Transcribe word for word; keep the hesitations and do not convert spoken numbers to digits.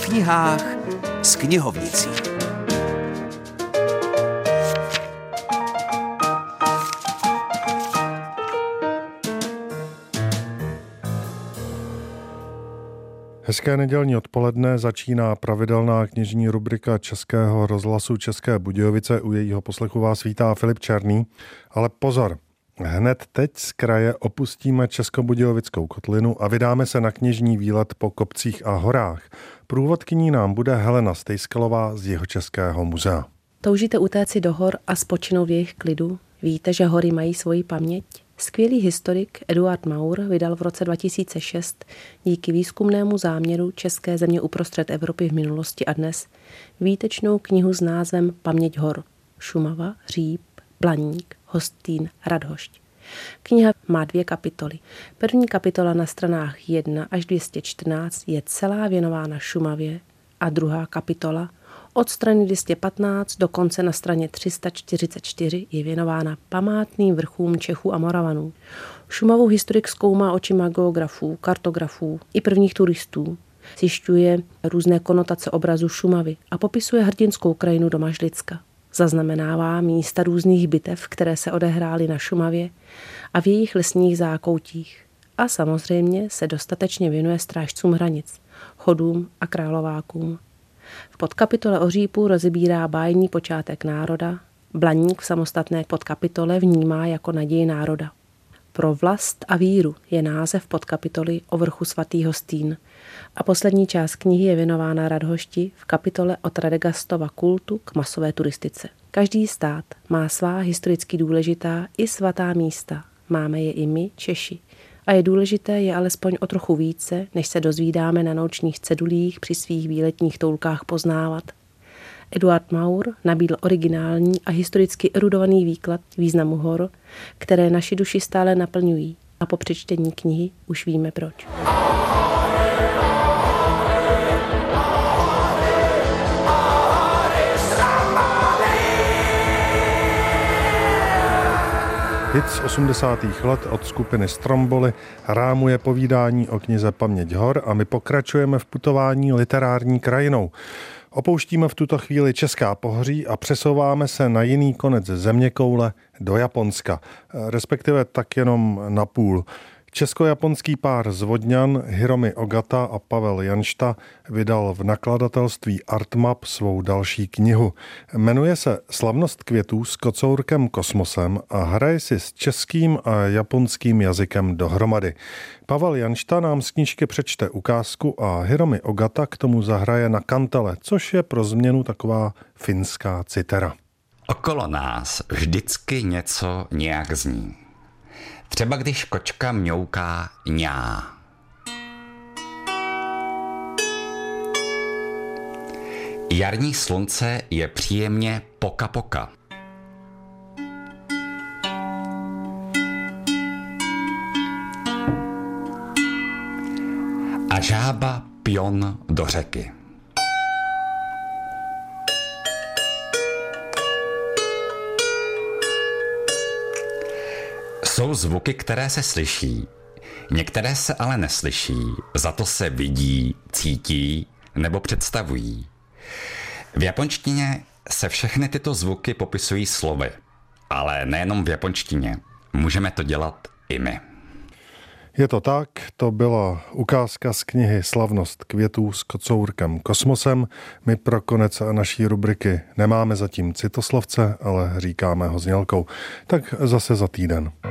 knihách s knihovnicí. Hezké nedělní odpoledne, začíná pravidelná knižní rubrika Českého rozhlasu České Budějovice. U jejího poslechu vás vítá Filip Černý. Ale pozor, hned teď z kraje opustíme Českobudějovickou kotlinu a vydáme se na knižní výlet po kopcích a horách. Průvodkyní nám bude Helena Stejskalová z Jihočeského muzea. Toužíte utéci do hor a spočinout v jejich klidu? Víte, že hory mají svoji paměť? Skvělý historik Eduard Maur vydal v roce dva tisíce šest díky výzkumnému záměru České země uprostřed Evropy v minulosti a dnes výtečnou knihu s názvem Paměť hor. Šumava, Hříb, Blaník, Hostýn, Radhošť. Kniha má dvě kapitoly. První kapitola na stranách jedna až dvě stě čtrnáct je celá věnována Šumavě a druhá kapitola od strany dvě stě patnáct do konce na straně tři sta čtyřicet čtyři je věnována památným vrchům Čechů a Moravanů. Šumavu historik zkoumá očima geografů, kartografů i prvních turistů. Zjišťuje různé konotace obrazu Šumavy a popisuje hrdinskou krajinu Domažlicka. Zaznamenává místa různých bitev, které se odehrály na Šumavě a v jejich lesních zákoutích. A samozřejmě se dostatečně věnuje strážcům hranic, chodům a královákům. V podkapitole o Hříbu rozebírá bájný počátek národa, Blaník v samostatné podkapitole vnímá jako naději národa. Pro vlast a víru je název podkapitoly o vrchu svatý Hostýn a poslední část knihy je věnována Radhošti v kapitole od Radegastova kultu k masové turistice. Každý stát má svá historicky důležitá i svatá místa, máme je i my, Češi. A je důležité je alespoň o trochu více, než se dozvídáme na naučných cedulích při svých výletních toulkách poznávat. Eduard Maur nabídl originální a historicky erudovaný výklad významu hor, které naši duši stále naplňují. A po přečtení knihy už víme proč. Hit z osmdesátých let od skupiny Stromboli rámuje povídání o knize Paměť hor a my pokračujeme v putování literární krajinou. Opouštíme v tuto chvíli česká pohoří a přesouváme se na jiný konec zeměkoule do Japonska, respektive tak jenom na půl. Česko-japonský pár z Vodňan Hiromi Ogata a Pavel Janšta vydal v nakladatelství Artmap svou další knihu. Jmenuje se Slavnost květů s kocourkem Kosmosem a hraje si s českým a japonským jazykem dohromady. Pavel Janšta nám z knížky přečte ukázku a Hiromi Ogata k tomu zahraje na kantele, což je pro změnu taková finská citera. Okolo nás vždycky něco nějak zní. Třeba když kočka mňouká ňá. Jarní slunce je příjemně poka poka. A žába pion do řeky. Jsou zvuky, které se slyší, některé se ale neslyší, za to se vidí, cítí nebo představují. V japonštině se všechny tyto zvuky popisují slovy, ale nejenom v japonštině, můžeme to dělat i my. Je to tak, to byla ukázka z knihy Slavnost květů s kocourkem Kosmosem. My pro konec naší rubriky nemáme zatím citoslovce, ale říkáme ho znělkou. Tak zase za týden.